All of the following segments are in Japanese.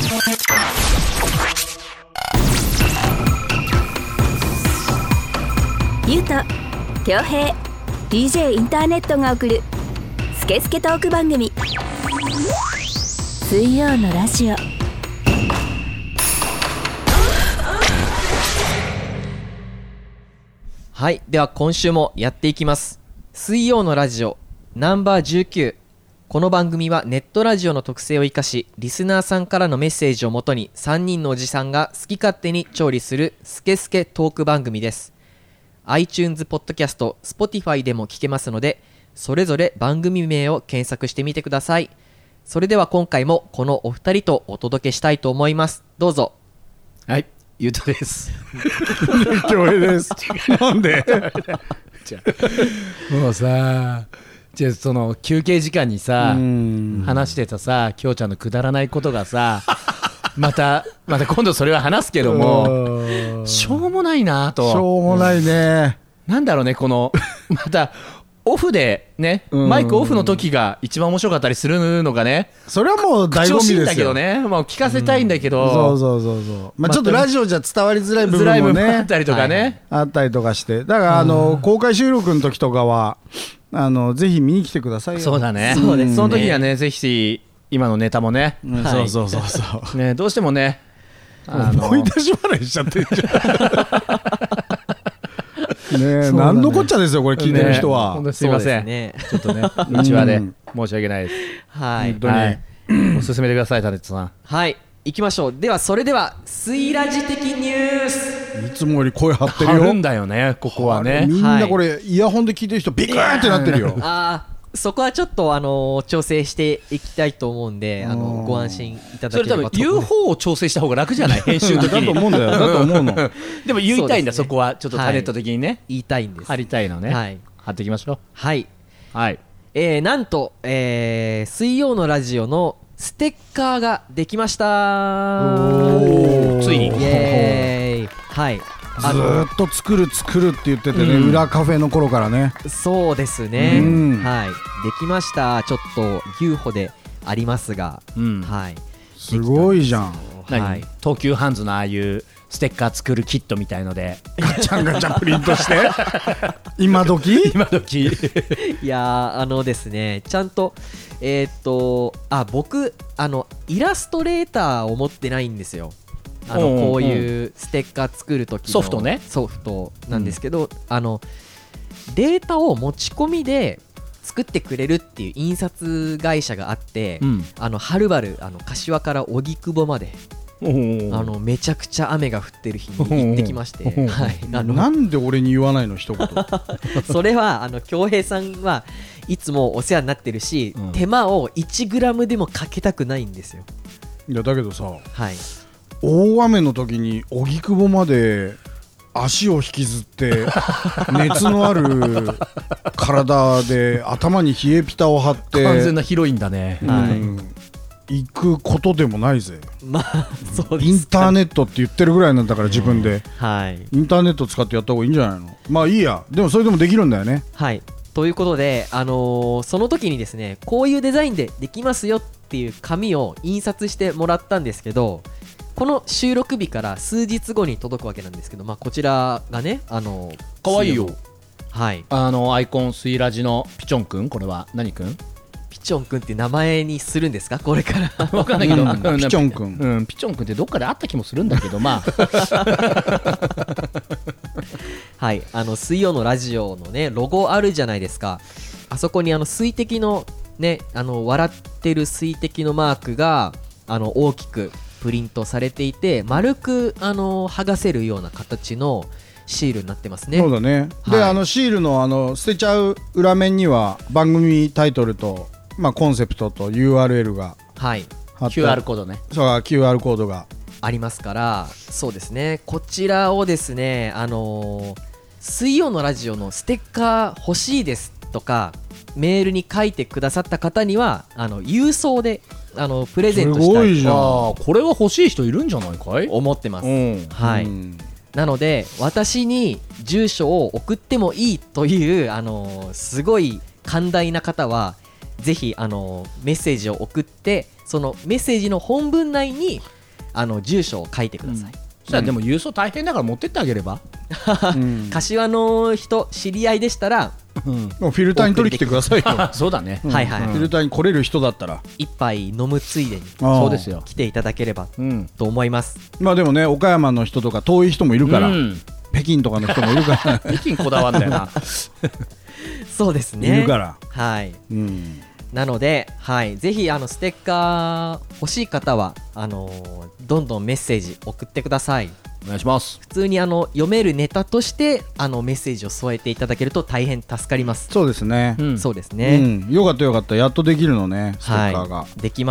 ゆうと恭平 DJ インターネットが送るスケスケトーク番組、水曜のラジオ。 はい、では今週もやっていきます。水曜のラジオナンバー19。この番組はネットラジオの特性を生かし、リスナーさんからのメッセージをもとに3人のおじさんが好き勝手に調理するスケスケトーク番組です。 iTunes ポッドキャスト、Spotify でも聞けますので、それぞれ番組名を検索してみてください。それでは今回もこのお二人とお届けしたいと思います。どうぞ。 はい、ゆうとです恭平です。なんでもうさ、じゃあその休憩時間にさ話してたさ、きょうちゃんのくだらないことがさまた今度それは話すけども、しょうもないなと。 しょうもないね。 なんだろうね、このまたオフでね、マイクオフの時が一番面白かったりするのがね、 それはもう醍醐味ですよ。 口惜しいんだけどね、もう聞かせたいんだけど、 そうまあちょっとラジオじゃ伝わりづらい部分もねあったりとかね、 あったりとかして、だから公開収録の時とかはぜひ見に来てくださいよ。 そうだね、 そうですね。 その時にはね、ぜひ今のネタもね、 そうね、どうしてもね、 思い出し笑いしちゃってるじゃんねえ、何のこっちゃですよこれ聞いてる人は、 ね、すいません、 ね、 ちょっとね内輪で申し訳ないです。 はい、 本当に、はい、もう進めてください、タレットさん。 はい、行きましょう。ではそれでは水ラジ的ニュース。 いつもより声張ってるよ。 張るんだよね、ここはね。 みんなこれ、イヤホンで聞いてる人ビクーってなってるよ。 そこはちょっと調整していきたいと思うんで、ご安心いただければと。 それ多分言う方を調整した方が楽じゃない編集の時に。 だと思うんだよ。だと思うの。 でも言いたいんだ、そこはちょっとタレット的にね、 言いたいんです。 貼りたいのね。 はい、 貼っていきましょう。 はいはい。 なんと、水曜のラジオのステッカーができました。 ついに。 イエーイ。はい。 ずっと作るって言っててね、裏カフェの頃からね。 そうですね、はい、できました。ちょっと牛歩でありますが、はい、 すごいじゃん。 はい、東急ハンズのああいうステッカー作るキットみたいのでガチャンガチャンプリントして今時いやですね、ちゃんと僕イラストレーターを持ってないんですよ。こういうステッカー作る時のソフトね、 ソフトなんですけど、データを持ち込みで作ってくれるっていう印刷会社があって、はるばる柏から荻窪までめちゃくちゃ雨が降ってる日に行ってきまして、はい、 なんで俺に言わないの一言それは恭平さんはいつもお世話になってるし、手間を 1g でもかけたくないんですよ。 いやだけどさ、 はい、 大雨の時に荻窪まで足を引きずって熱のある体で頭に冷えピタを張って完全なヒロインだね、 行くことでもないぜ。 まあそうです。 インターネットって言ってるぐらいなんだから自分で、 はい、 インターネット使ってやった方がいいんじゃないの。まあいいや、でもそれでもできるんだよね。 はい、ということで、その時にですね、こういうデザインでできますよっていう紙を印刷してもらったんですけど、この収録日から数日後に届くわけなんですけど、こちらがね、 かわいいよ。 はい、 アイコンスイラジのピチョンくん、これは何くん？ ピチョンくんって名前にするんですか、これから分かんないけど、 ピチョンくん、 ピチョンくんってどっかであった気もするんだけど、まあはい、水曜のラジオのねロゴあるじゃないですか。あそこに水滴のね、笑ってる水滴のマークが大きくプリントされていて、丸く剥がせるような形のシールになってますね。 そうだね、はい、でシールの捨てちゃう裏面には番組タイトルと、コンセプトと URL が、 はい、 QR コードね。 そう、QR コードがありますから、そうですね、こちらをですね、水曜のラジオのステッカー欲しいですとかメールに書いてくださった方には郵送でプレゼントしたい。 すごいじゃん。 これは欲しい人いるんじゃないかい、 思ってます、はい、なので私に住所を送ってもいいというすごい寛大な方はぜひメッセージを送って、そのメッセージの本文内に住所を書いてください、 そしたらでも郵送大変だから持ってってあげれば、 柏の人知り合いでしたら、 もうフィルターに取り来てくださいよそうだね、 はいはい、 フィルターに来れる人だったら一杯飲むついでにそうですよ。 来ていただければうんと思います、 まあでもね岡山の人とか遠い人もいるから、 うん北京とかの人もいるから一気にこだわんだよなそうですいねるから、 はい、 うん、 なので、はい、ぜひステッカー欲しい方はどんどんメッセージ送ってください。 お願いします。 普通に読めるネタとしてメッセージを添えていただけると大変助かります。 そうですね、 うんそうですうね、 ん、よかったよかった、やっとできるのねステッカーが、 はい、できます。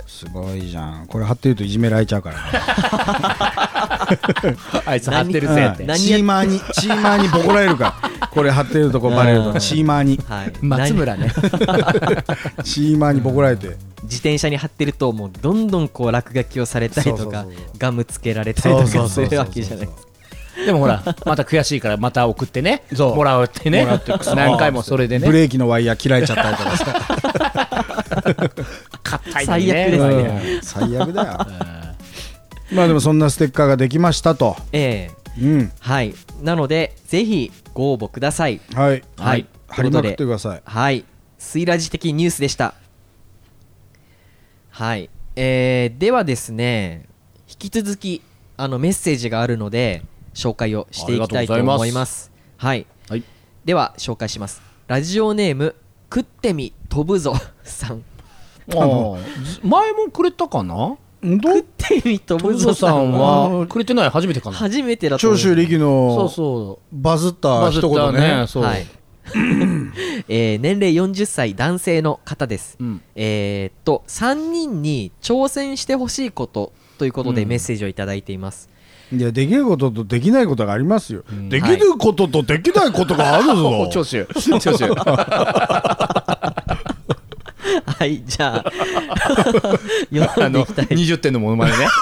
すごいじゃん、これ貼ってるといじめられちゃうからねあいつ貼ってるぜってうんチーマーにボコられるからこれ貼ってるとこバレるとチーマーにはい、 松村ねチーマーにボコられて自転車に貼ってるともうどんどんこう落書きをされたりとかそうそうそうガムつけられたりとかすそうそうそうそうるわけじゃないですか。 でもほらまた悔しいからまた送ってね、 そうもらうってねもらって何回もそれでねブレーキのワイヤー切られちゃったりとかさ硬いの最にね悪ですね、 うん最悪だよまあでもそんなステッカーができましたと、うんはい、なのでぜひご応募ください。 はいはい、 貼りまくってください。 はい、スイラジ的ニュースでした。はい、ではですね、引き続きメッセージがあるので紹介をしていきたいと思います。はい、 はい、 では紹介します。ラジオネーム食ってみ飛ぶぞさん。 前もくれたかな。 食ってみ飛ぶぞトゾさんさんははくれてない、初めてかな。 初めてだと思長います。 州力のそうそうバズった一言ね。 そう、 はい年齢40歳男性の方です。 うん 3人に挑戦してほしいことということでメッセージをいただいています。 いやできることとできないことがありますよ、 んできることとできないことがあるぞ、 長州長州はいじゃあ読んでいきたい。 20点のモノマネね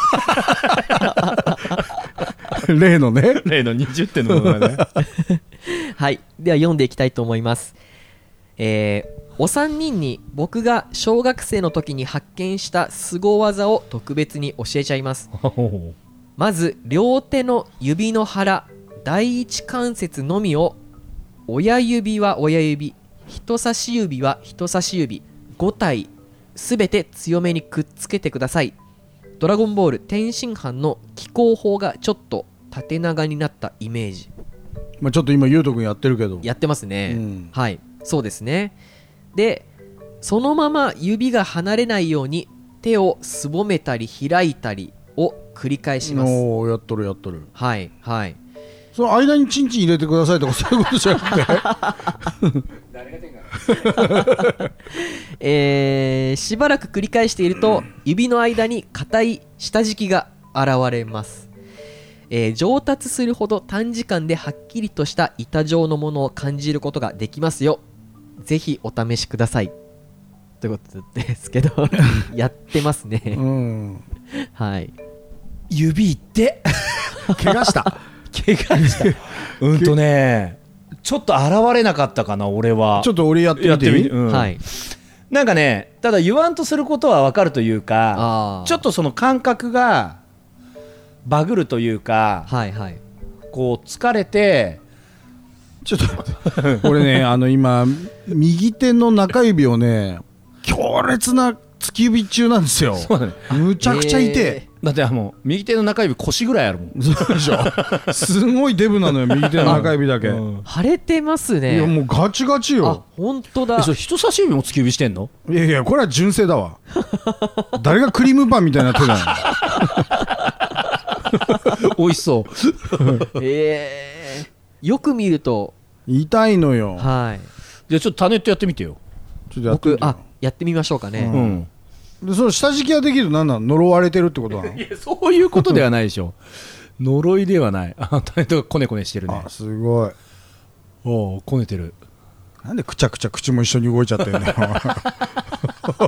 例のね例の20点のモノマネねはいでは読んでいきたいと思います。お三人に僕が小学生の時に発見した凄技を特別に教えちゃいます。まず両手の指の腹第一関節のみを親指は親指、人差し指は人差し指5体すべて強めにくっつけてください。ドラゴンボール天津飯の気候法がちょっと縦長になったイメージ。 まあちょっと今ゆうとくんやってるけどやってますね、 うんはいそうですね。でそのまま指が離れないように手をすぼめたり開いたりを繰り返します。 おーやっとるやっとる。 はいはいその間にチンチン入れてくださいとかそういうことじゃなくてしばらく繰り返していると指の間に硬い下敷きが現れます。上達するほど短時間ではっきりとした板状のものを感じることができますよ。ぜひお試しくださいということですけどやってますね、 うんはい指って怪我した怪我したねちょっと現れなかったかな俺は。 ちょっと俺やってみていい？ うんはいなんかねただ言わんとすることは分かるというかあーちょっとその感覚がバグるというかはいはいこう疲れてちょっと待って俺ね今右手の中指をね強烈な突き指中なんですよ。 そうだねむちゃくちゃ痛え、 だってもう右手の中指腰ぐらいあるもん。 そうでしょすごいデブなのよ右手の中指だけ、 うん腫れてますいね。 やもうガチガチあよ。 本当だそれ人差し指も突き指してんの？ いやいやこれは純正だわ誰がクリームパンみたいになってるの美味しそう。 よく見ると痛いのよ。 はいじゃあちょっとタネットやってみてよ。 ちょっとやってみてよやってみましょうかね、 うん。 でその下敷きができると何なの？呪われてるってことなの？ いやそういうことではないでしょ。呪いではない。タネットがコネコネしてるねあ。すごい。 おおこねてる。 なんでくちゃくちゃ口も一緒に動いちゃってんだよお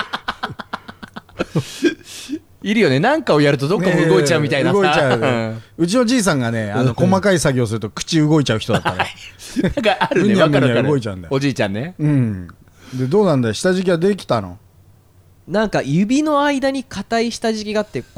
いいるよね。なんかをやるとどっかも動いちゃうみたいなさ。 動いちゃう、 んうちのじいさんがね細かい作業すると口動いちゃう人だったねなんかあるね。 むにゃむにゃわかるわかる。 動いちゃうんだよおじいちゃんね。 うんでどうなんだよ下敷きはできたの？ なんか指の間に硬い下敷きがあってこう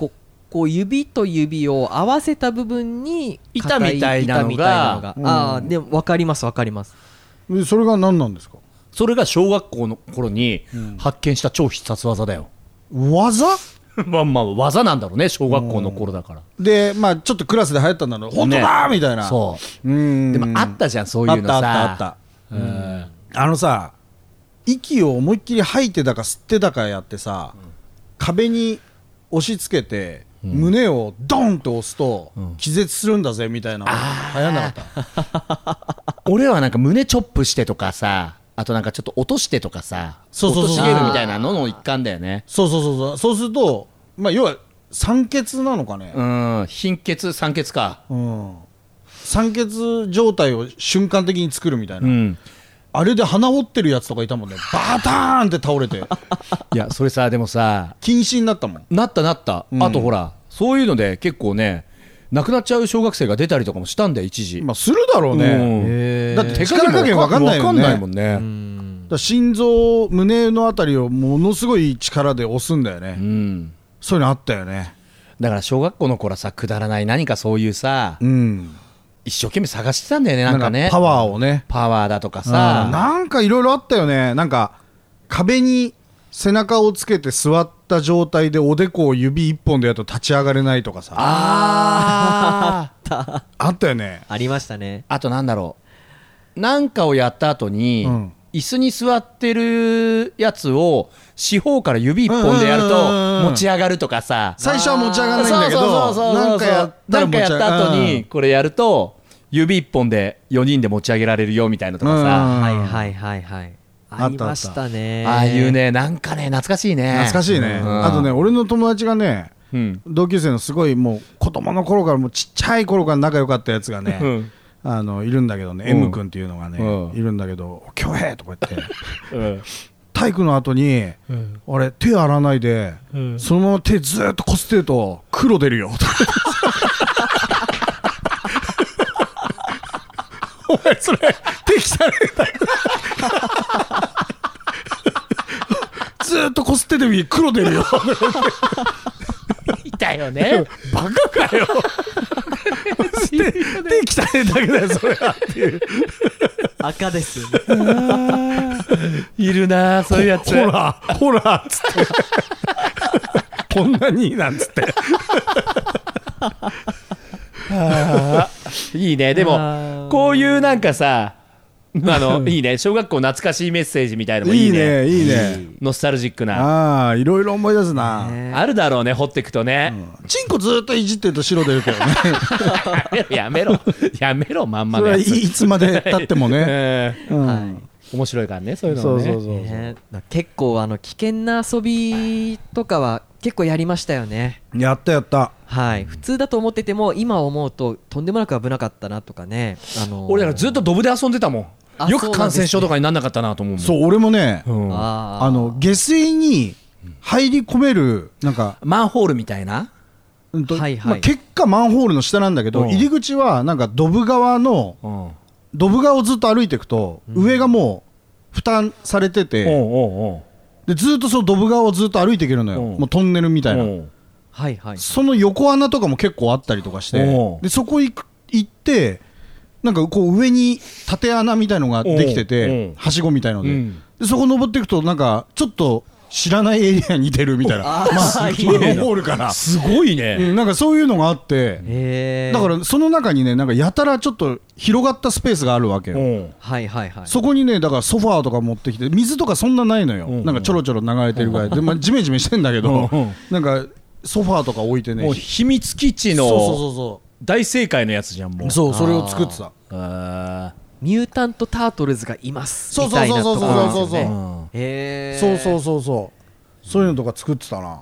こう指と指を合わせた部分に板みたいなのがああ、でも分かります分かります。 でそれが何なんですか？ それが小学校の頃に発見した超必殺技だよ。 技まあまあ技なんだろうね、小学校の頃だから。 でまあちょっとクラスで流行ったんだろう、本当だーみたいな。 そうででもあったじゃん、そういうのさ。 あったあのさ、息を思いっきり吐いてだか吸ってだかやってさ、壁に押し付けて、胸をドンと押すと気絶するんだぜみたいな、流行んなかった？ 俺はなんか胸チョップしてとかさ、あとなんかちょっと落としてとかさ、 そう落としげるみたいなのの一環だよね。 そうすると、まあ要は酸欠なのかね。 貧血酸欠か。 酸欠状態を瞬間的に作るみたいな。あれで鼻折ってるやつとかいたもんね。バターンって倒れて。 いやそれさ、でもさ、 禁止になったもん。 なった、あとほらそういうので結構ね亡くなっちゃう小学生が出たりとかもしたんだよ一時。 まあするだろうね。だって手力加減分かんないよね。 もんね。 だから心臓胸のあたりをものすごい力で押すんだよね。そういうのあったよね。 だから小学校の頃さ、くだらない何かそういうさ、一生懸命探してたんだよね。なんかね、 パワーをね、 パワーだとかさ、 なんかいろいろあったよね。なんか壁に背中をつけて座った状態でおでこを指一本でやると立ち上がれないとかさ。あったよね。 ありましたね。 あとなんだろう、なんかをやった後に、椅子に座ってるやつを四方から指一本でやると持ち上がるとかさ。 最初は持ち上がらないんだけど、なんかやった後にこれやると指一本で4人で持ち上げられるよみたいなとかさ。 はいありましたね。 ああいうね、なんかね懐かしいね。 懐かしいね。あとね、俺の友達がね、同級生のすごいもう子供の頃からもうちっちゃい頃から仲良かったやつがね、いるんだけどね、M 君っていうのがねいるんだけど、恭平とか言って体育の後に俺手洗わないでそのまま手ずっとこすってると黒出るよとかお前それ手汚ねえんだずっとこすっててみ黒出るよいたよね。 バカかよ手汚ねえだけだよそれはっていう赤ですいるなそういうやつ。 ほらっつってこんなになんつっていいね。でもこういうなんかさ、いいね、小学校懐かしいメッセージみたいなのもいいね。 いいねノスタルジックな。 いろいろ思い出すな。 あるだろうね、掘っていくとね。 チンコずっといじってると白出るけどねやめろまんまそれはのやつ。 いつまで経ってもね面白いからね、そういうのね。 結構危険な遊びとかは結構やりましたよね。 やったはい、普通だと思ってても今思うととんでもなく危なかったなとかね。 俺らずっとドブで遊んでたもん。よく感染症とかになんなかったなと思うもん。 そう俺もね、下水に入り込めるなんかマンホールみたいな、 結果マンホールの下なんだけど、入り口はなんかドブ川をずっと歩いていくと、上がもう負担されてて、でずっとそのドブ川をずっと歩いていけるのよ。もうトンネルみたいな。その横穴とかも結構あったりとかして、でそこ行ってなんかこう上に縦穴みたいのができてて、はしごみたいので、でそこ登っていくとなんかちょっと知らないエリアに出るみたいな、マンホールからすごいね。 なんかそういうのがあって、だからその中にねなんかやたらちょっと広がったスペースがあるわけよ。そこにねだからソファーとか持ってきて、水とかそんなないのよ。なんかちょろちょろ流れてるぐらいで、ジメジメしてんだけど、なんかソファーとか置いてね、 もう秘密基地の大正解のやつじゃん。もうそれを作ってた。 ミュータントタートルズがいますみたいなところですよね。そういうのとか作ってたな。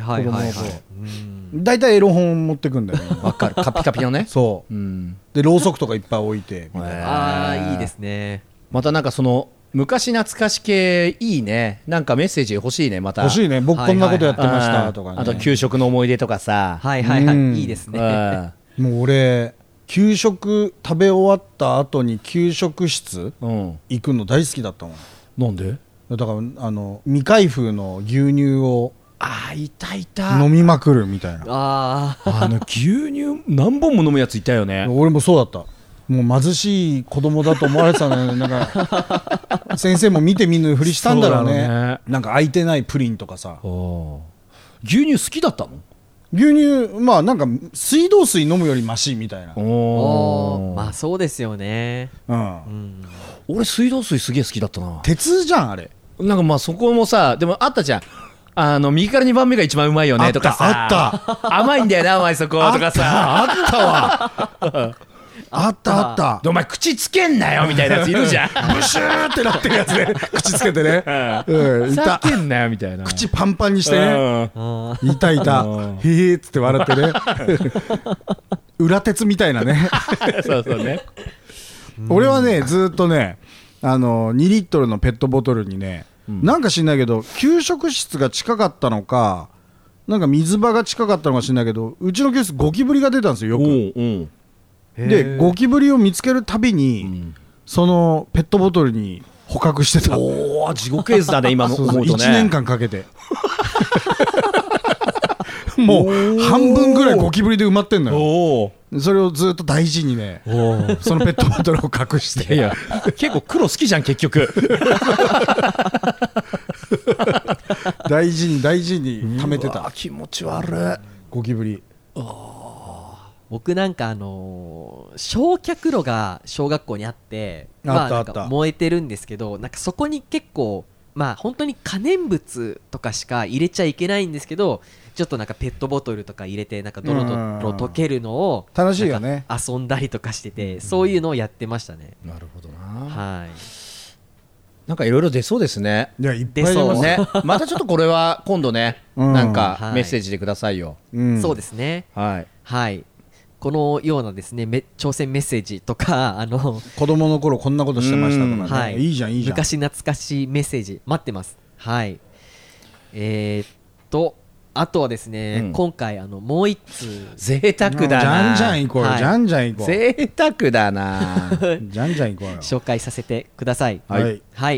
だいたいエロ本持ってくんだよね。 わかる、カピカピのね。 そうでろうそくとかいっぱい置いてみたいな。 いいですね。 またなんかその昔懐かし系いいね。なんかメッセージ欲しいね。また欲しいね。僕こんなことやってましたとかね。 あと給食の思い出とかさ。 いいですね。 もう俺給食食べ終わった後に給食室行くの大好きだったもん。 なんで？ だから未開封の牛乳をいたいた。 飲みまくるみたいな。 牛乳何本も飲むやついたよね。 俺もそうだった。もう貧しい子供だと思われてたのよね。なんか先生も見て見ぬふりしたんだろうね。なんか空いてないプリンとかさ。 牛乳好きだったの？ 牛乳まあなんか水道水飲むよりマシみたいな。 まあそうですよね。 俺水道水すげえ好きだったな。 鉄じゃんあれ。 なんかまあそこもさ、でもあったじゃん。右から2番目が一番うまいよねとかさ。 あった。 甘いんだよなお前そことかさ。 あったわ。あったお前口つけんなよみたいなやついるじゃん。 ブシューってなってるやつね。口つけてね。 いた。つけんなよみたいな。 口パンパンにしてね。いた。へーっつって笑ってね。裏鉄みたいなね。 そうね。 俺はねずっとね2リットルのペットボトルにね、なんか知んないけど給食室が近かったのかなんか水場が近かったのか知んないけど、うちの教室ゴキブリが出たんですよよく。でゴキブリを見つけるたびに、そのペットボトルに捕獲してた。 地獄絵図だね今の思うとね。 1年間かけてもう半分ぐらいゴキブリで埋まってんのよ。それをずっと大事にね、そのペットボトルを隠して。 いや結構黒好きじゃん結局。 大事に貯めてた。 気持ち悪いゴキブリ。 僕なんか焼却炉が小学校にあって、なんか燃えてるんですけど、なんかそこに結構本当に可燃物とかしか入れちゃいけないんですけど、ちょっとなんかペットボトルとか入れてなんかドロドロ溶けるのを楽しいよね。 遊んだりとかしてて、そういうのをやってましたね。 なるほどな。 はい。 なんかいろいろ出そうですね。 いやいっぱい出ますね。またちょっとこれは今度ね、なんかメッセージでくださいよ。 そうですね。 はい。 このようなですね挑戦メッセージとか子供の頃こんなことしてましたとかね、いいじゃん昔懐かしいメッセージ待ってます。はい。あとはですね、今回もう一通贅沢だな。 じゃんじゃん行こうよ。じゃんじゃん行こう。 贅沢だな。 じゃんじゃん行こうよ。 紹介させてください。 はい。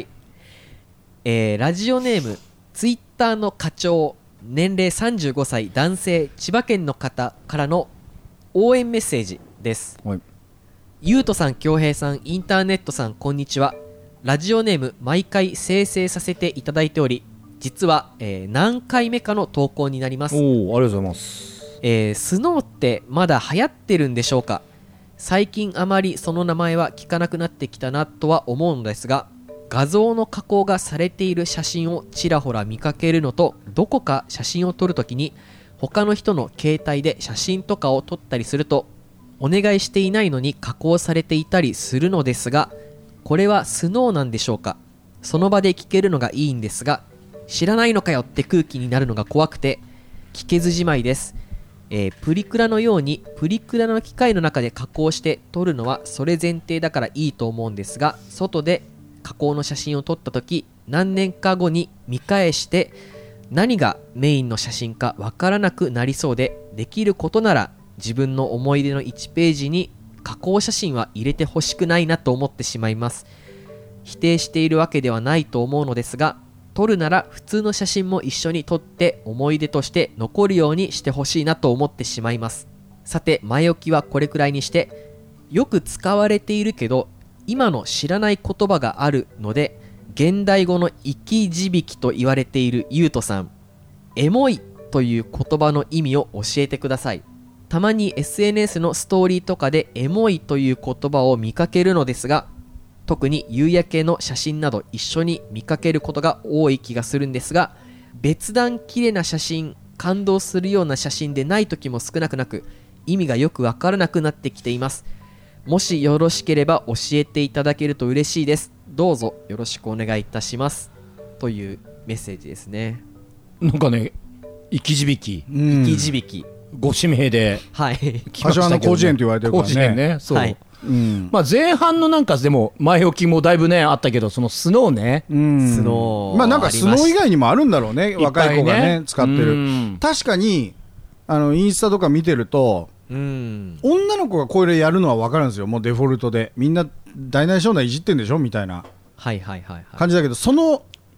ラジオネームツイッターの課長、年齢35歳男性、千葉県の方からの応援メッセージです。ゆうとさん、恭平さん、インターネットさん、こんにちは。ラジオネーム毎回生成させていただいており、実は、何回目かの投稿になります。 ありがとうございます。 スノーってまだ流行ってるんでしょうか。最近あまりその名前は聞かなくなってきたなとは思うのですが、画像の加工がされている写真をちらほら見かけるのと、どこか写真を撮るときに他の人の携帯で写真とかを撮ったりすると、お願いしていないのに加工されていたりするのですが、これはスノーなんでしょうか。その場で聞けるのがいいんですが、知らないのかよって空気になるのが怖くて聞けずじまいです。プリクラのようにプリクラの機械の中で加工して撮るのはそれ前提だからいいと思うんですが、外で加工の写真を撮った時、何年か後に見返して何がメインの写真かわからなくなりそうで、できることなら自分の思い出の1ページに加工写真は入れてほしくないなと思ってしまいます。否定しているわけではないと思うのですが、撮るなら普通の写真も一緒に撮って思い出として残るようにしてほしいなと思ってしまいます。さて、前置きはこれくらいにして、よく使われているけど今の知らない言葉があるので、現代語の生き字引と言われているゆうとさん、エモいという言葉の意味を教えてください。たまに SNS のストーリーとかでエモいという言葉を見かけるのですが、特に夕焼けの写真など一緒に見かけることが多い気がするんですが、別段綺麗な写真、感動するような写真でない時も少なくなく、意味がよくわからなくなってきています。もしよろしければ教えていただけると嬉しいです。どうぞよろしくお願いいたします、というメッセージですね。 なんかね、生き字引、 生き字引ご指名で、 はい、 柏の広辞苑と言われてるからね。 そう、はい、まあ前半のなんかでも前置きもだいぶねあったけど、そのスノーね、 スノー、 まあなんかスノー以外にもあるんだろうね、若い子がね使ってる。確かにインスタとか見てると、女の子がこれやるのは分かるんですよ。もうデフォルトでみんな大内小内いじってんでしょみたいな感じだけど、その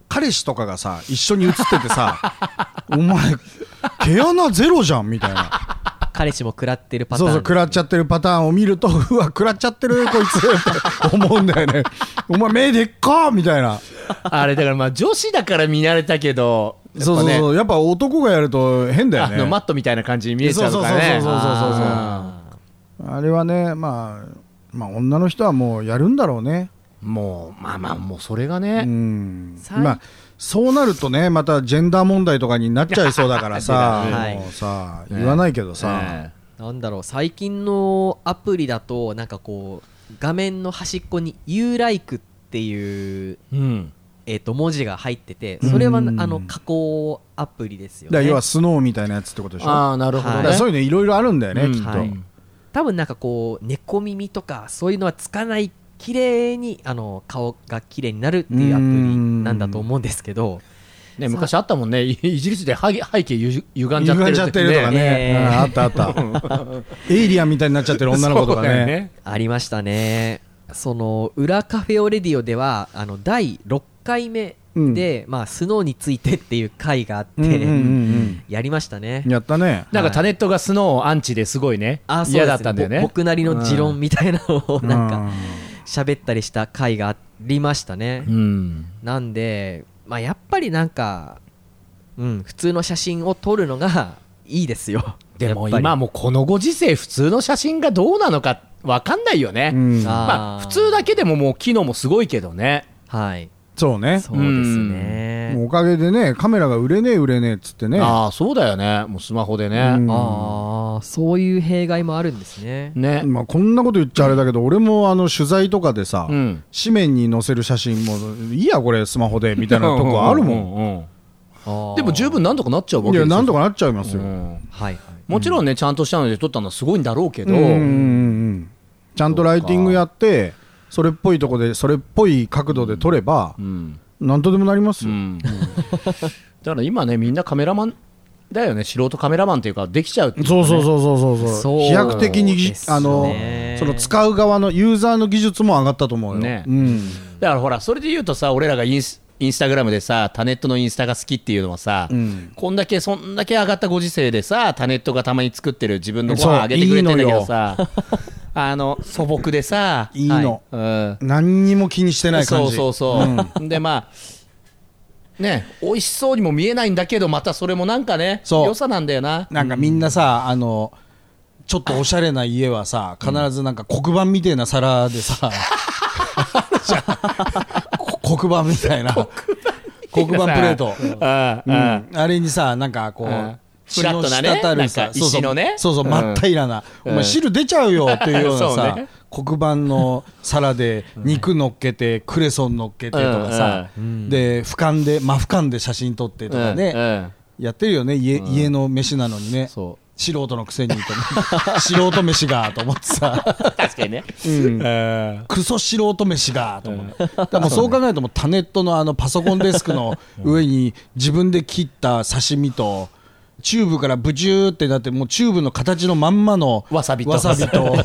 彼氏とかがさ一緒に写っててさお前毛穴ゼロじゃんみたいな彼氏も食らってるパターン、 そうそう食らっちゃってるパターンを見るとうわ食らっちゃってるこいつって思うんだよねお前目でっかみたいなあれだからまあ女子だから見慣れたけどそうそうそうやっぱ男がやると変だよねマットみたいな感じに見えちゃうからね。 そうあれはねまあ女の人はもうやるんだろうねもうもうそれがね、 まあそうなるとねまたジェンダー問題とかになっちゃいそうだからさもうさ言わないけどさ、 なんだろう最近のアプリだとなんかこう画面の端っこに You Like っていう、文字が入っててそれは加工アプリですよね。 だから要はスノーみたいなやつってことでしょ。 ああなるほどね、 そういうのいろいろあるんだよね、きっと、 多分なんかこう猫耳とかそういうのはつかない綺麗に顔が綺麗になるっていうアプリなんだと思うんですけど、 ね、昔あったもんね、イギリスで背景歪んじゃってるとかね、あったエイリアンみたいになっちゃってる女の子とか ねありましたね。その裏カフェオレディオでは第6回目で、スノーについてっていう回があって、やりましたね。 やったね。 なんかタネットがスノーアンチですごいね、嫌だったんだよね。 僕なりの持論みたいなのをなんか喋ったりした回がありましたね。なんでやっぱりなんか、普通の写真を撮るのがいいですよ。 でも今もうこのご時世普通の写真がどうなのか分かんないよね。普通だけでももう機能もすごいけどね。 はいそうね。 そうですね。 もうおかげでねカメラが売れねえっつってね。 ああそうだよね。もうスマホでね。 そういう弊害もあるんですね。 こんなこと言っちゃあれだけど、俺も取材とかでさ、紙面に載せる写真もいいやこれスマホでみたいなとこあるもん。 でも十分なんとかなっちゃうわけですよ。 いやなんとかなっちゃいますよ。 もちろんねちゃんとしたので撮ったのはすごいんだろうけど、 ちゃんとライティングやってそれっぽいとこでそれっぽい角度で撮ればなんとでもなりますよ。 だから今ねみんなカメラマンだよね。素人カメラマンっていうかできちゃうっていうか、 そう飛躍的にその使う側のユーザーの技術も上がったと思うよね。 だからほらそれで言うとさ、俺らがインスタグラムでさタネットのインスタが好きっていうのはさ、そんだけ上がったご時世でさタネットがたまに作ってる自分のご飯あげてくれてんだけどさ素朴でさいいの、何にも気にしてない感じ。 そうでね美味しそうにも見えないんだけどまたそれもなんかね良さなんだよな。 なんかみんなさちょっとおしゃれな家はさ必ずなんか黒板みたいな皿でさ黒板みたいな黒板プレートあれにさなんかこうフラットなねなんか石のね真っ平らなお前汁出ちゃうよっていうようなさ黒板の皿で肉乗っけてクレソン乗っけてとかさで真俯瞰で写真撮ってとかねやってるよね。家の飯なのにね素人のくせに素人飯がと思ってさ確かにねクソ素人飯がと思ってだからもうそう考えるともうタネットのパソコンデスクの上に自分で切った刺身とチューブからブチューってなってもうチューブの形のまんまのわさびとわさ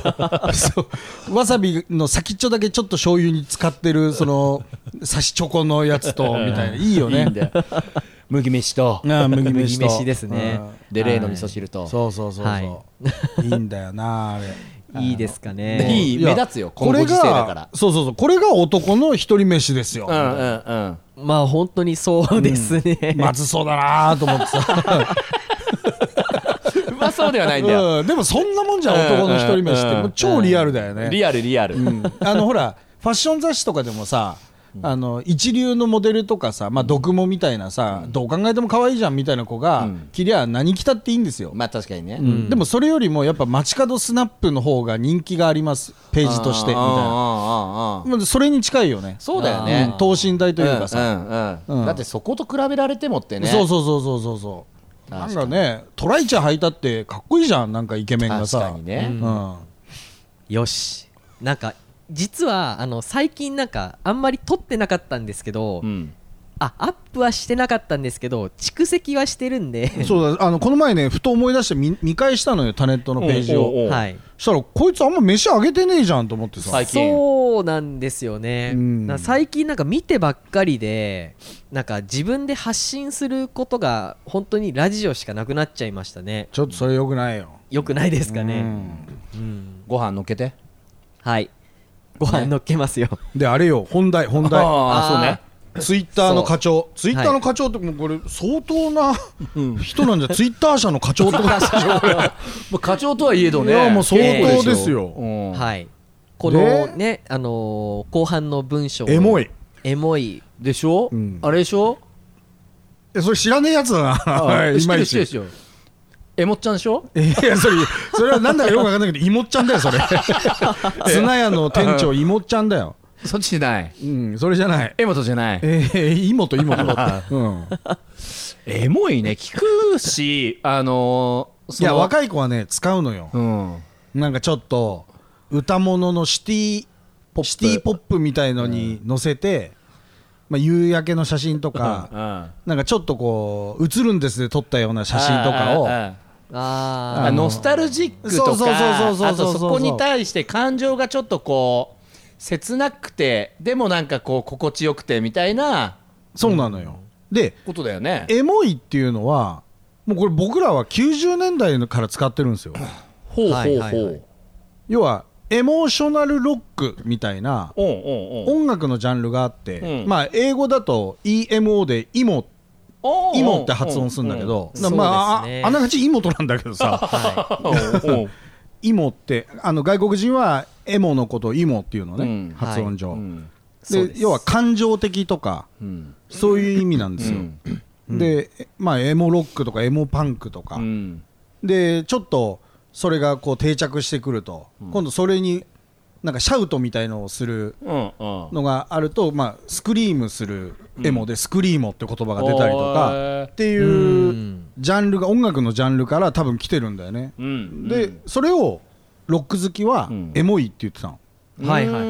びの先っちょだけちょっと醤油に使ってるその刺しチョコのやつとみたいないいよね。 麦飯と麦飯ですね。 で例の味噌汁とそういいんだよなあれ。 いいですかね。 いい目立つよこのご時世だから。 これが男の一人飯ですよ。 本当にそうですね。 まずそうだなと思ってさうまそうではないんだよ。 でもそんなもんじゃ男の一人飯ってもう超リアルだよね。 リアルほらファッション雑誌とかでもさ一流のモデルとかさ毒モみたいなさどう考えても可愛いじゃんみたいな子が着りゃ何着たっていいんですよ。 確かにね。 でもそれよりもやっぱ街角スナップの方が人気がありますページとしてみたいな。それに近いよね。 そうだよね。 等身大というかさだってそこと比べられてもってね。 そうなんかねトライチャー履いたってかっこいいじゃんなんかイケメンがさ。 確かにね。 よしなんか実は最近なんかあんまり撮ってなかったんですけど、 アップはしてなかったんですけど蓄積はしてるんでそうだ、この前ねふと思い出して見返したのよ、タネットのページを。 はいそしたらこいつあんま飯あげてねえじゃんと思ってさ。 最近そうなんですよね、最近なんか見てばっかりでなんか自分で発信することが本当にラジオしかなくなっちゃいましたね。 ちょっとそれよくないよ。 よくないですかね。 ご飯乗っけて。 はいご飯乗っけますよ。 であれよ、本題ああそうね。 ツイッターの課長、ツイッターの課長ってもうこれ相当な人なんじゃ、ツイッター社の課長とか課長とはいえどね。 いやもう相当ですよ。 はいこのね後半の文章エモいでしょ、あれでしょ。 それ知らねえやつだな。いまいち。 エモっちゃんでしょ。 いやそれはなんだかよくわかんないけど、いもっちゃんだよそれ。綱屋の店長いもっちゃんだよ。 そっちじゃない。 それじゃない。 エモとじゃない。 いもとエモいね、聞くし、いや若い子はね使うのよ。なんかちょっと歌物のシティポップみたいのに載せて、夕焼けの写真とか、なんかちょっとこう映るんですで撮ったような写真とかを、 ノスタルジックとか、あとそこに対して感情がちょっとこう切なくてでもなんかこう心地よくてみたいな。 そうなのよ。でことだよね。 エモいっていうのはもうこれ僕らは90年代から使ってるんですよ。 ほうほうほう。 要はエモーショナルロックみたいな音楽のジャンルがあって、英語だと EMO でイモって発音するんだけど、あながちイモトなんだけどさ、イモって外国人はエモのことをイモっていうのね、発音上で、要は感情的とかそういう意味なんですよ。でエモロックとかエモパンクとかで、ちょっとそれがこう定着してくると、今度それになんかシャウトみたいのをするのがあると、スクリームするエモでスクリーモって言葉が出たりとかっていうジャンルが、音楽のジャンルから多分来てるんだよね。でそれをロック好きはエモいって言ってたの。 はいはい。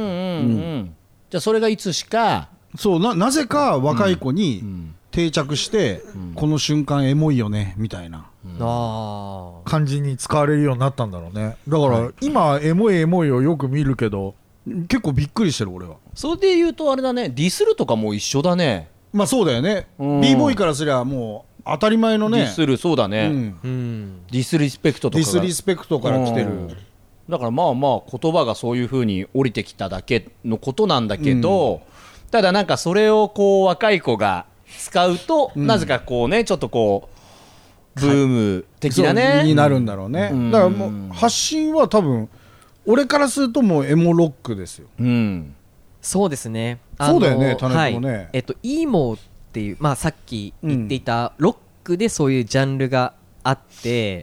じゃあそれがいつしかなぜか若い子に定着して、この瞬間エモいよねみたいな感じに使われるようになったんだろうね。だから今エモいをよく見るけど、結構びっくりしてる俺は。 それで言うとあれだね、ディスるとかも一緒だね。 そうだよね。b ボーイからすりゃもう当たり前のね。 ディスる、そうだね。ディスリスペクトとか。 ディスリスペクトから来てる。 だから言葉がそういう風に降りてきただけのことなんだけど、ただなんかそれをこう若い子が使うと、なぜかこうね、ちょっとこうブーム的なねになるんだろうね。だからもう発信は多分俺からするともうエモロックですよ。 そうですね。 そうだよね、タネットもね。 イーモっていう、さっき言っていたロックでそういうジャンルがあって、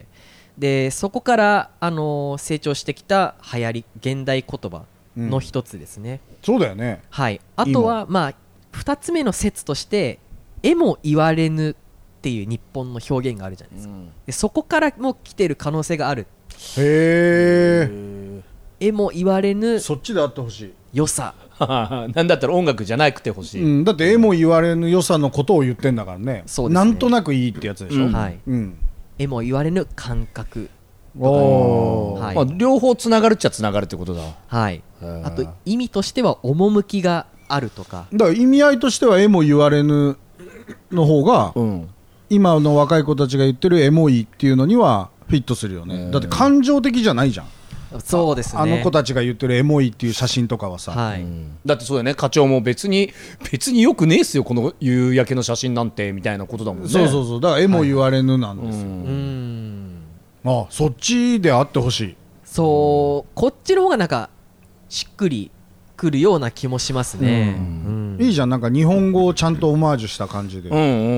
でそこから成長してきた流行り現代言葉の一つですね。 そうだよね。 はい。あとは2つ目の説としてえも言われぬっていう日本の表現があるじゃないですか。でそこからも来てる可能性がある。 へえ。 えも言われぬそっちであってほしい。 良さ。 なんだったら音楽じゃなくてほしい。 だってえも言われぬ良さのことを言ってんだからね。 そうですね。 なんとなくいいってやつでしょ。 はい。えも言われぬ感覚。 両方つながるっちゃつながるってことだ。 はい。あと意味としては趣があるとか。 だから意味合いとしてはえも言われぬの方が、今の若い子たちが言ってるエモいっていうのにはフィットするよね。だって感情的じゃないじゃん。 そうですね。 あの子たちが言ってるエモいっていう写真とかはさ、 だってそうだよね。課長も別によくねえっすよこの夕焼けの写真なんてみたいなことだもんね。 そうだからエモ言われぬなんですよ。そっちであってほしい。 こっちの方がなんかしっくりくるような気もしますね。 いいじゃん、なんか日本語をちゃんとオマージュした感じで。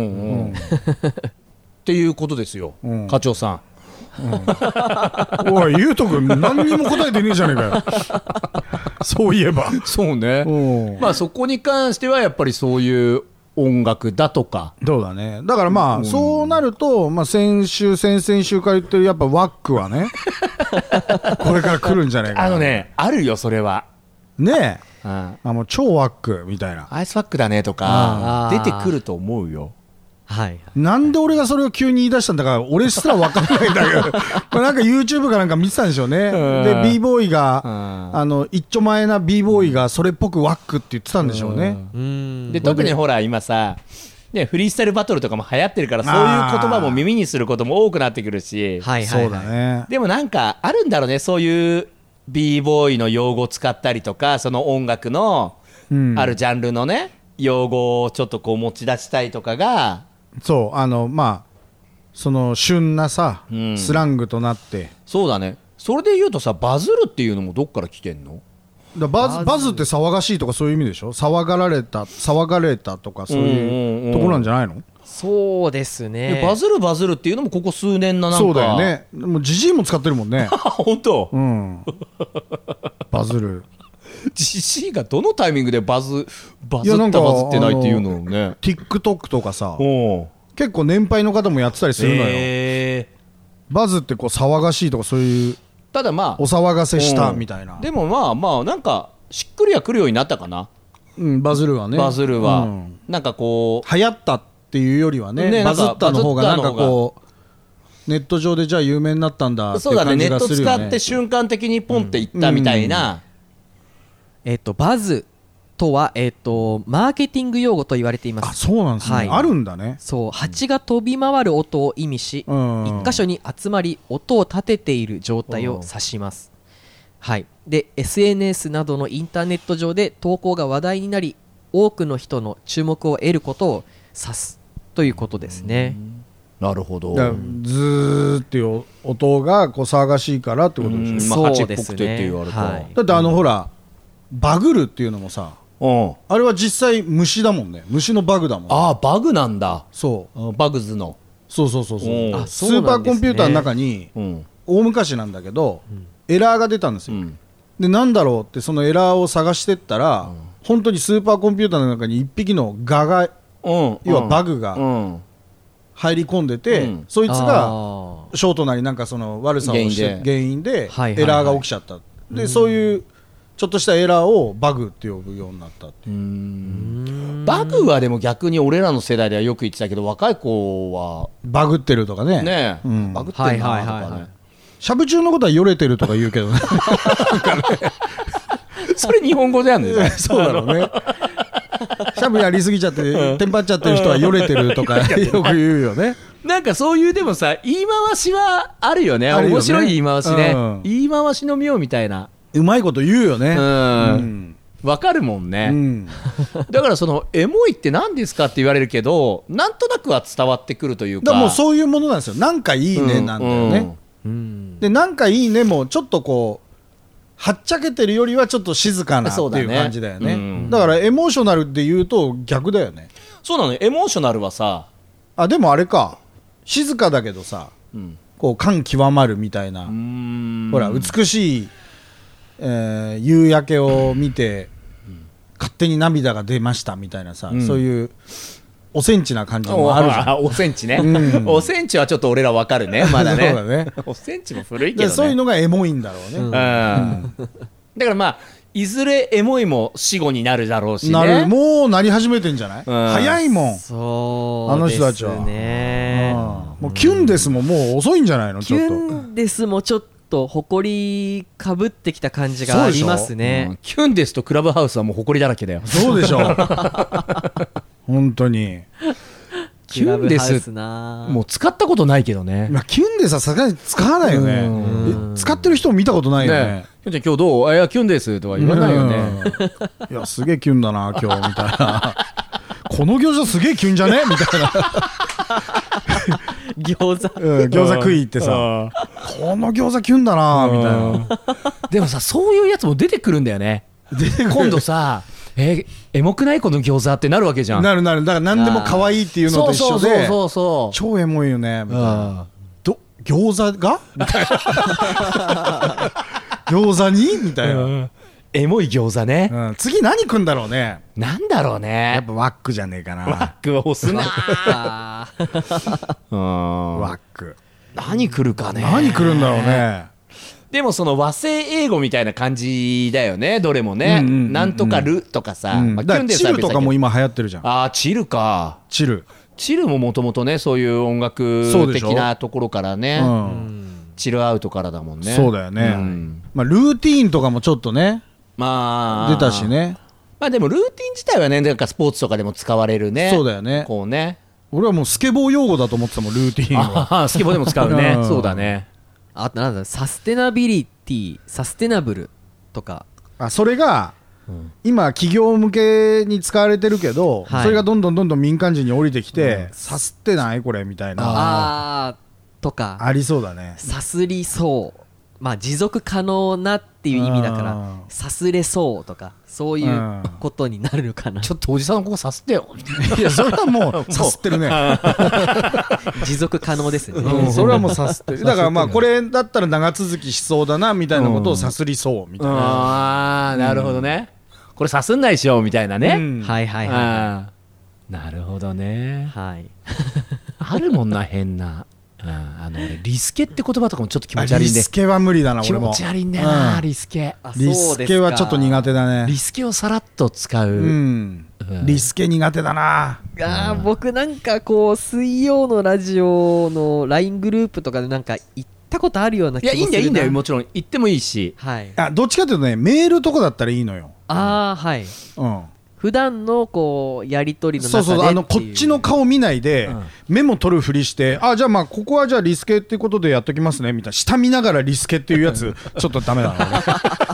っていうことですよ、課長さん。 おいゆうとくん何にも答えてねえじゃねえかよ。そういえばそうね。そこに関してはやっぱりそういう音楽だとか。 そうだね。だからそうなると、先々週から言ってるやっぱワックはねこれから来るんじゃないかな。 あるよそれはねもう超ワックみたいな。 アイスワックだねとか出てくると思うよ。 はい、 なんで俺がそれを急に言い出したんだか俺すら分かんないんだけどこれなんか YouTube かなんか見てたんでしょうね。で b ボーイが一丁前な b ボーイがそれっぽくワックって言ってたんでしょうね。 で特にほら今さね、フリースタイルバトルとかも流行ってるからそういう言葉も耳にすることも多くなってくるし、 そうだね。 でもなんかあるんだろうね、そういう b ボーイの用語を使ったりとか、その音楽のあるジャンルのね用語をちょっとこう持ち出したいとかが、 そうまあその旬なさ、スラングとなって。 そうだね。それで言うとさ、バズるっていうのもどっから来てんの？ バズって騒がしいとかそういう意味でしょ。騒がれたとかそういうところなんじゃないの？ そうですね。 バズるっていうのもここ数年のなんか。 そうだよね。もうジジイも使ってるもんね本当？ バズる。 ジジイがどのタイミングでバズってないっていうのね。 TikTok とかさ結構年配の方もやってたりするのよ。バズってこう騒がしいとかそういう、 ただまあお騒がせしたみたいな。 でもまあなんかしっくりはくるようになったかな。 バズるはね。 バズるはなんかこう流行ったっていうよりはね、バズったの方がなんかこうネット上でじゃあ有名になったんだっていう感じがするよね。 そうだね。ネット使って瞬間的にポンっていったみたいな。 バズとは、マーケティング用語と言われています。 あ、そうなんですね。あるんだね。 そう、蜂が飛び回る音を意味し、一箇所に集まり音を立てている状態を指します。はい。で SNS などのインターネット上で投稿が話題になり、多くの人の注目を得ることを指すということですね。 なるほど。 だずーっていう音がこう騒がしいからってことでしょ。 そうですね。 って言われた。 だってほらバグるっていうのもさ、あれは実際虫だもんね。虫のバグだもん。 ああ、バグなんだ。 そうバグズの。 そうスーパーコンピューターの中に大昔なんだけどエラーが出たんですよ。でなんだろうってそのエラーを探してったら、本当にスーパーコンピューターの中に一匹のガが、要はバグが入り込んでて、そいつがショートなりなんかその悪さをして原因でエラーが起きちゃった。でそういうちょっとしたエラーをバグって呼ぶようになったっていう。 バグはでも逆に俺らの世代ではよく言ってたけど、若い子はバグってるとかね。 バグってるなとかね。 しゃぶ中のことはよれてるとか言うけどねそれ日本語でやんね。 そうだろうね。しゃぶやりすぎちゃってテンパっちゃってる人はよれてるとかよく言うよね。 なんかそういうでもさ、言い回しはあるよね。面白い言い回しね。言い回しの妙みたいな。 うまいこと言うよね。 わかるもんね。だからそのエモいって何ですかって言われるけど、なんとなくは伝わってくるというか。 もうそういうものなんですよ。なんかいいねなんだよね。でなんかいいねもちょっとこうはっちゃけてるよりはちょっと静かなっていう感じだよね。だからエモーショナルで言うと逆だよね。 そうなのよ。エモーショナルはさ、 でもあれか、静かだけどさ、こう感極まるみたいな。ほら美しい夕焼けを見て勝手に涙が出ましたみたいなさ、そういうおセンチな感じもあるじゃん。 おセンチね。おセンチはちょっと俺らわかるね。まだね。 そうだね。 おセンチも古いけどね。 そういうのがエモいんだろうね。 だからまあいずれエモいも死後になるだろうしね。 もうなり始めてんじゃない？早いもん。 そうあの人たちは。もうキュンですももう遅いんじゃないの？ちょっと。 キュンですもちょっと誇りかぶってきた感じがありますね。 キュンですとクラブハウスはもう誇りだらけだよ。 そうでしょう。本当に。 キュンですもう使ったことないけどね。 キュンですはさすがに使わないよね。使ってる人も見たことないよね。 キュンちゃん今日どう？いやキュンですとは言わないよね。 いやすげえキュンだな今日みたいな。この餃子すげえキュンじゃねみたいな。 餃子食い行ってさ、この餃子キュンだなみたいな。 でもさ、そういうやつも出てくるんだよね。今度さ、エモくないこの餃子ってなるわけじゃん。 なる。だから何でも可愛いっていうのと一緒で、 そう超エモいよねみたいな。餃子がみたいな。餃子にみたいな。 エモい餃子ね。 次何食うんだろうね。 なんだろうね。 やっぱワックじゃねえかな。 ワックは押すな。 ワック。 何来るかね。 何来るんだろうね。 でもその和製英語みたいな感じだよね、どれもね。なんとかるとかさ、 だからチルとかも今流行ってるじゃん。 ああ、チルか。 チルももともとね、そういう音楽的なところからね、チルアウトからだもんね。 そうだよね、まあ、ルーティーンとかもちょっとね、 まあ出たしね。 まあでもルーティン自体はね、なんかスポーツとかでも使われるね。 そうだよね。 こうね。 俺はもうスケボー用語だと思ってたもん、ルーティーンは。 スケボーでも使うね。そうだね。 あとなんだ、サステナビリティ、サステナブルとか。 それが、今企業向けに使われてるけど、それがどんどん民間人に降りてきて、サスってないこれみたいなとかありそうだね。 さすりそう、まあ持続可能なっていう意味だからさすれそうとか、そういうことになるのかな。 ちょっとおじさんのここさすってよ。 いや、それはもうさすってるね。 持続可能ですね。 それはもうさすってる。だからまあこれだったら長続きしそうだなみたいなことをさすりそうみたいな。 ああ、なるほどね。これさすんないでしょみたいなね。 はいはいはい。 なるほどね。 はい。 あるもんな、変な。リスケって言葉とかもちょっと気持ち悪いんで。 リスケは無理だな、 気俺も。 持ち悪いんだよな、リスケ。 リスケはちょっと苦手だね。 リスケをさらっと使う。 リスケ苦手だな。 僕なんかこう水曜のラジオの LINE グループとかでなんか行ったことあるような気もするな。 いや、いいんだよ、もちろん行ってもいいし。 はい。 どっちかというとね、メールとかだったらいいのよ。 はい。普段のこうやり取りの中でそうこっちの顔見ないで、メモ取るふりして、じゃあまあここはじゃあリスケっていうことでやっときますねみたいな、下見ながらリスケっていうやつちょっとダメだな俺。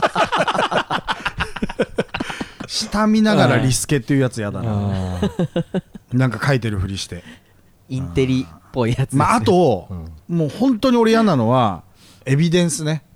下見ながらリスケっていうやつやだな。なんか書いてるふりしてインテリっぽいやつですね。 あと、もう本当に俺嫌なのはエビデンスね。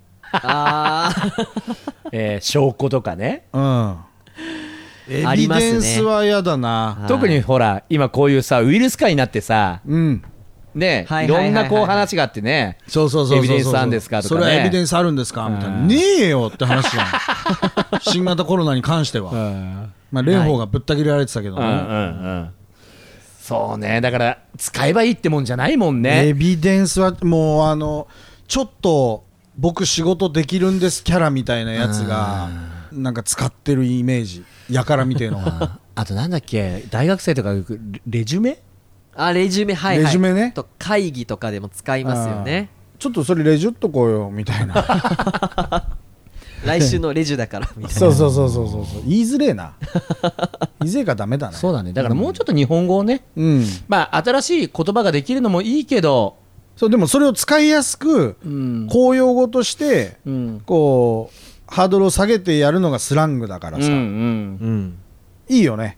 証拠とかね。 エビデンスは嫌だな。 特にほら今こういうさウイルス化になってさ、ね、いろんなこう話があってね。 そうエビデンスあるんですかとかね。 それはエビデンスあるんですかみたいな。ねえよって話じゃん。新型コロナに関しては。まあ蓮舫がぶった切られてたけどね。 そうね、だから使えばいいってもんじゃないもんね。 エビデンスはもうちょっと僕仕事できるんですキャラみたいなやつがなんか使ってるイメージ。やからみてえのが。 あとなんだっけ、大学生とかレジュメ？ レジュメ、はいはい。 レジュメね。 と会議とかでも使いますよね。 ちょっとそれレジュっとこうよみたいな。 来週のレジュだからみたいな。 そう言いづれえな。言いづれがダメだね。 そうだね。だからもうちょっと日本語をね、まあ新しい言葉ができるのもいいけど、 でもそれを使いやすく公用語としてこうハードルを下げてやるのがスラングだからさ、いいよね。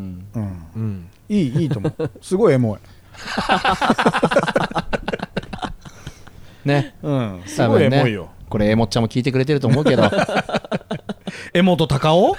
いいと思う。すごいエモい。 ね、 すごいエモいよ。 これエモっちゃんも聞いてくれてると思うけど。 エモと高尾？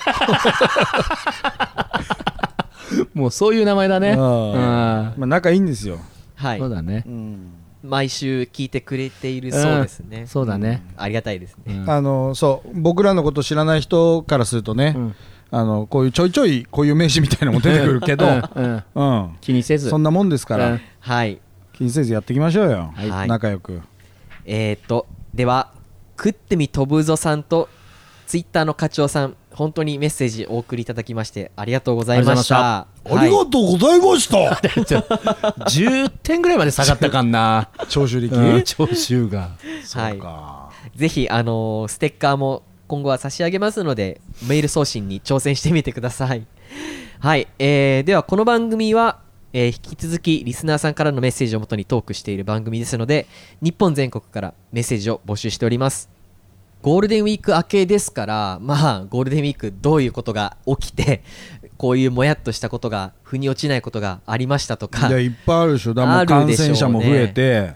もうそういう名前だね。 まあ仲いいんですよ。 はい。 そうだね。 毎週聞いてくれているそうですね。 そうだね。 ありがたいですね。 僕らのこと知らない人からするとね、こういうちょいちょいこういう名詞みたいなのも出てくるけど、 気にせずそんなもんですから、気にせずやっていきましょうよ。仲良く。 では食ってみとぶぞさんとツイッターの課長さん、本当にメッセージお送りいただきましてありがとうございました。 ありがとうございました。 10点ぐらいまで下がったかんな。 聴取力、 聴取が。 そうか。 ぜひステッカーも今後は差し上げますので、メール送信に挑戦してみてください。はい、ではこの番組は、引き続きリスナーさんからのメッセージをもとにトークしている番組ですので、日本全国からメッセージを募集しております。ゴールデンウィーク明けですから、まあゴールデンウィークどういうことが起きて、こういうもやっとしたことが腑に落ちないことがありましたとか、 いやいっぱいあるでしょ。だから感染者も増えて、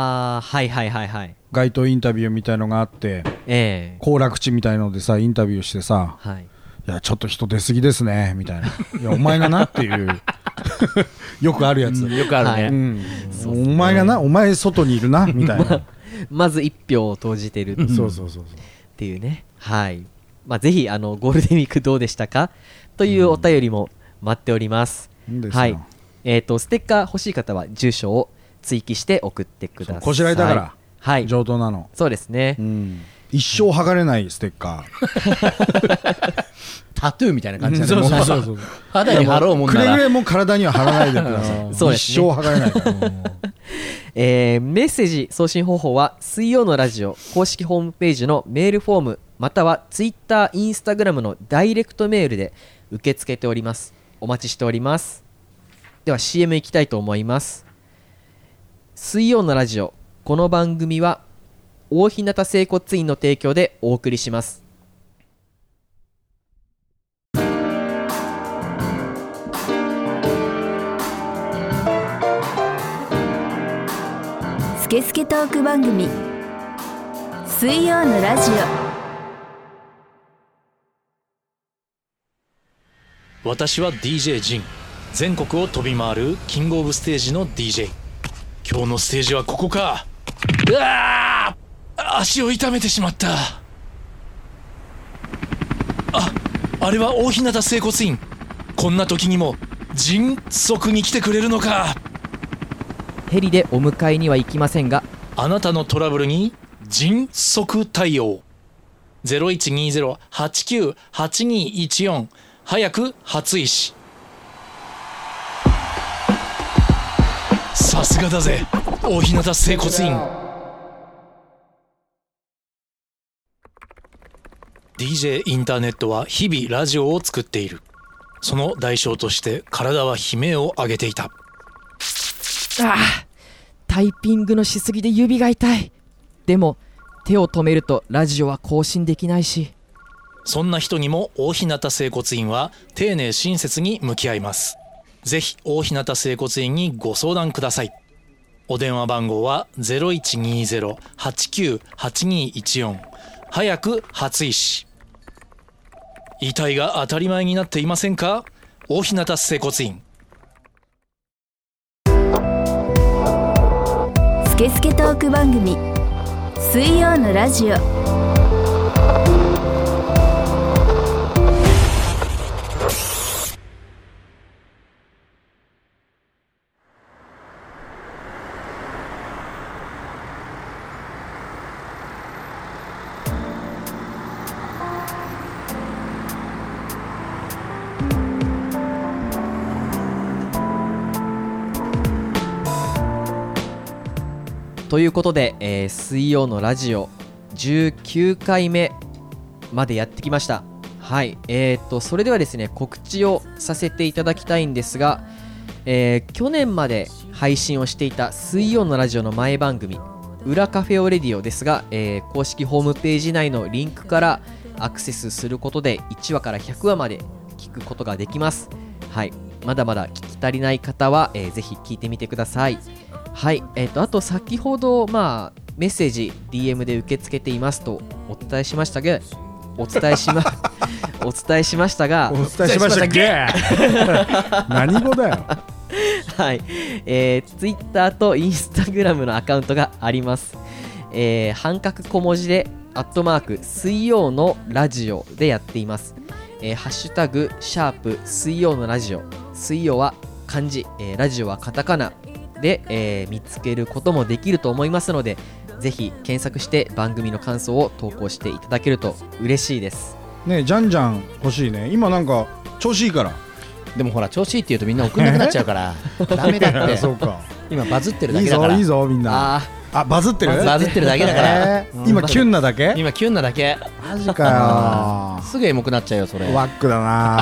街頭インタビューみたいのがあって、行楽地みたいのでさインタビューしてさ、いやちょっと人出過ぎですねみたいな、いやお前がなっていうよくあるやつ、 よくあるね。 お前がな、お前外にいるなみたいな。 まず1票を投じてるっていうね。はい。まあぜひゴールデンウィークどうでしたかというお便りも待っております。はい。ステッカー欲しい方は住所を追記して送ってください。 こしらえだから。 はい上等なの。 そうですね、 一生剥がれないステッカー。 タトゥーみたいな感じだね。 そうそうそうそう。 肌に貼ろうもんならくれぐれも体には貼らないでください。 そうですね、 一生剥がれないから。 メッセージ送信方法は水曜のラジオ公式ホームページのメールフォームまたはツイッター、インスタグラムのダイレクトメールで受け付けております。お待ちしております。では CM 行きたいと思います。水曜のラジオ、この番組は大日向整骨院の提供でお送りします。 スケスケトーク番組水曜のラジオ。私は DJ ジン、全国を飛び回るキングオブステージの DJ。 今日のステージはここか。うわー、足を痛めてしまった。あれは大日向整骨院。こんな時にも迅速に来てくれるのか。 ヘリでお迎えには行きませんが、 あなたのトラブルに迅速対応。 0120-89-8214 早く初石。さすがだぜ大日向整骨院。 DJ インターネットは日々ラジオを作っている。その代償として体は悲鳴を上げていた。 タイピングのしすぎで指が痛い。でも手を止めるとラジオは更新できないし。 そんな人にも大日向整骨院は丁寧親切に向き合います。ぜひ大日向整骨院にご相談ください。お電話番号は 0120-89-8214 早く初石。遺体が当たり前になっていませんか。大日向整骨院。 オ。スケスケトーク番組水曜のラジオ。 ということで、水曜のラジオ19回目までやってきました。はい、それではですね、告知をさせていただきたいんですが、去年まで配信をしていた水曜のラジオの前番組裏カフェオレディオですが、公式ホームページ内のリンクからアクセスすることで1話から100話まで聞くことができます。はい、まだまだ聞き足りない方は、ぜひ聞いてみてください。はい、あと先ほど、メッセージ DM で受け付けていますとお伝えしましたが何語だよ。 はい、Twitter と Instagram のアカウントがあります。半角小文字で@水曜のラジオでやっています。ハッシュタグ#水曜のラジオ、水曜は漢字、ラジオはカタカナで、見つけることもできると思いますので、ぜひ検索して番組の感想を投稿していただけると嬉しいですね。じゃんじゃん欲しいね。今なんか調子いいから。 でもほら調子いいって言うとみんな送んなくなっちゃうからダメだってそうか、 今バズってるだけだから。 いいぞみんな。バズってるバズってるだけだから、 今キュンなだけ。 今キュンなだけ。 マジかよすぐエモくなっちゃうよそれ。 ワックだな。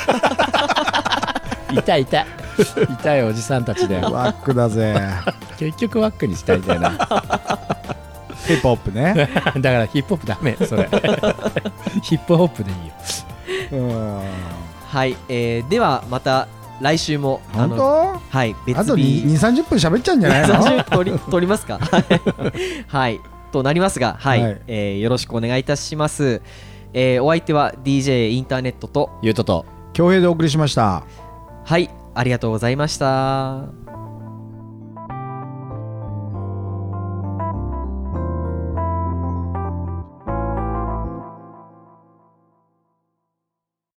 痛いおじさんたちでワックだぜ。 結局ワックにしたいんだよな。 ヒップホップね。 だからヒップホップダメそれ。ヒップホップでいいよ。 はい、ではまた来週も本当？ はい、別日あと 2,30 分喋っちゃうんじゃないの撮りますか。はいとなりますが、はい、よろしくお願いいたします。お相手は DJ インターネットとゆうとと恭平でお送りしました。 はい、ありがとうございました。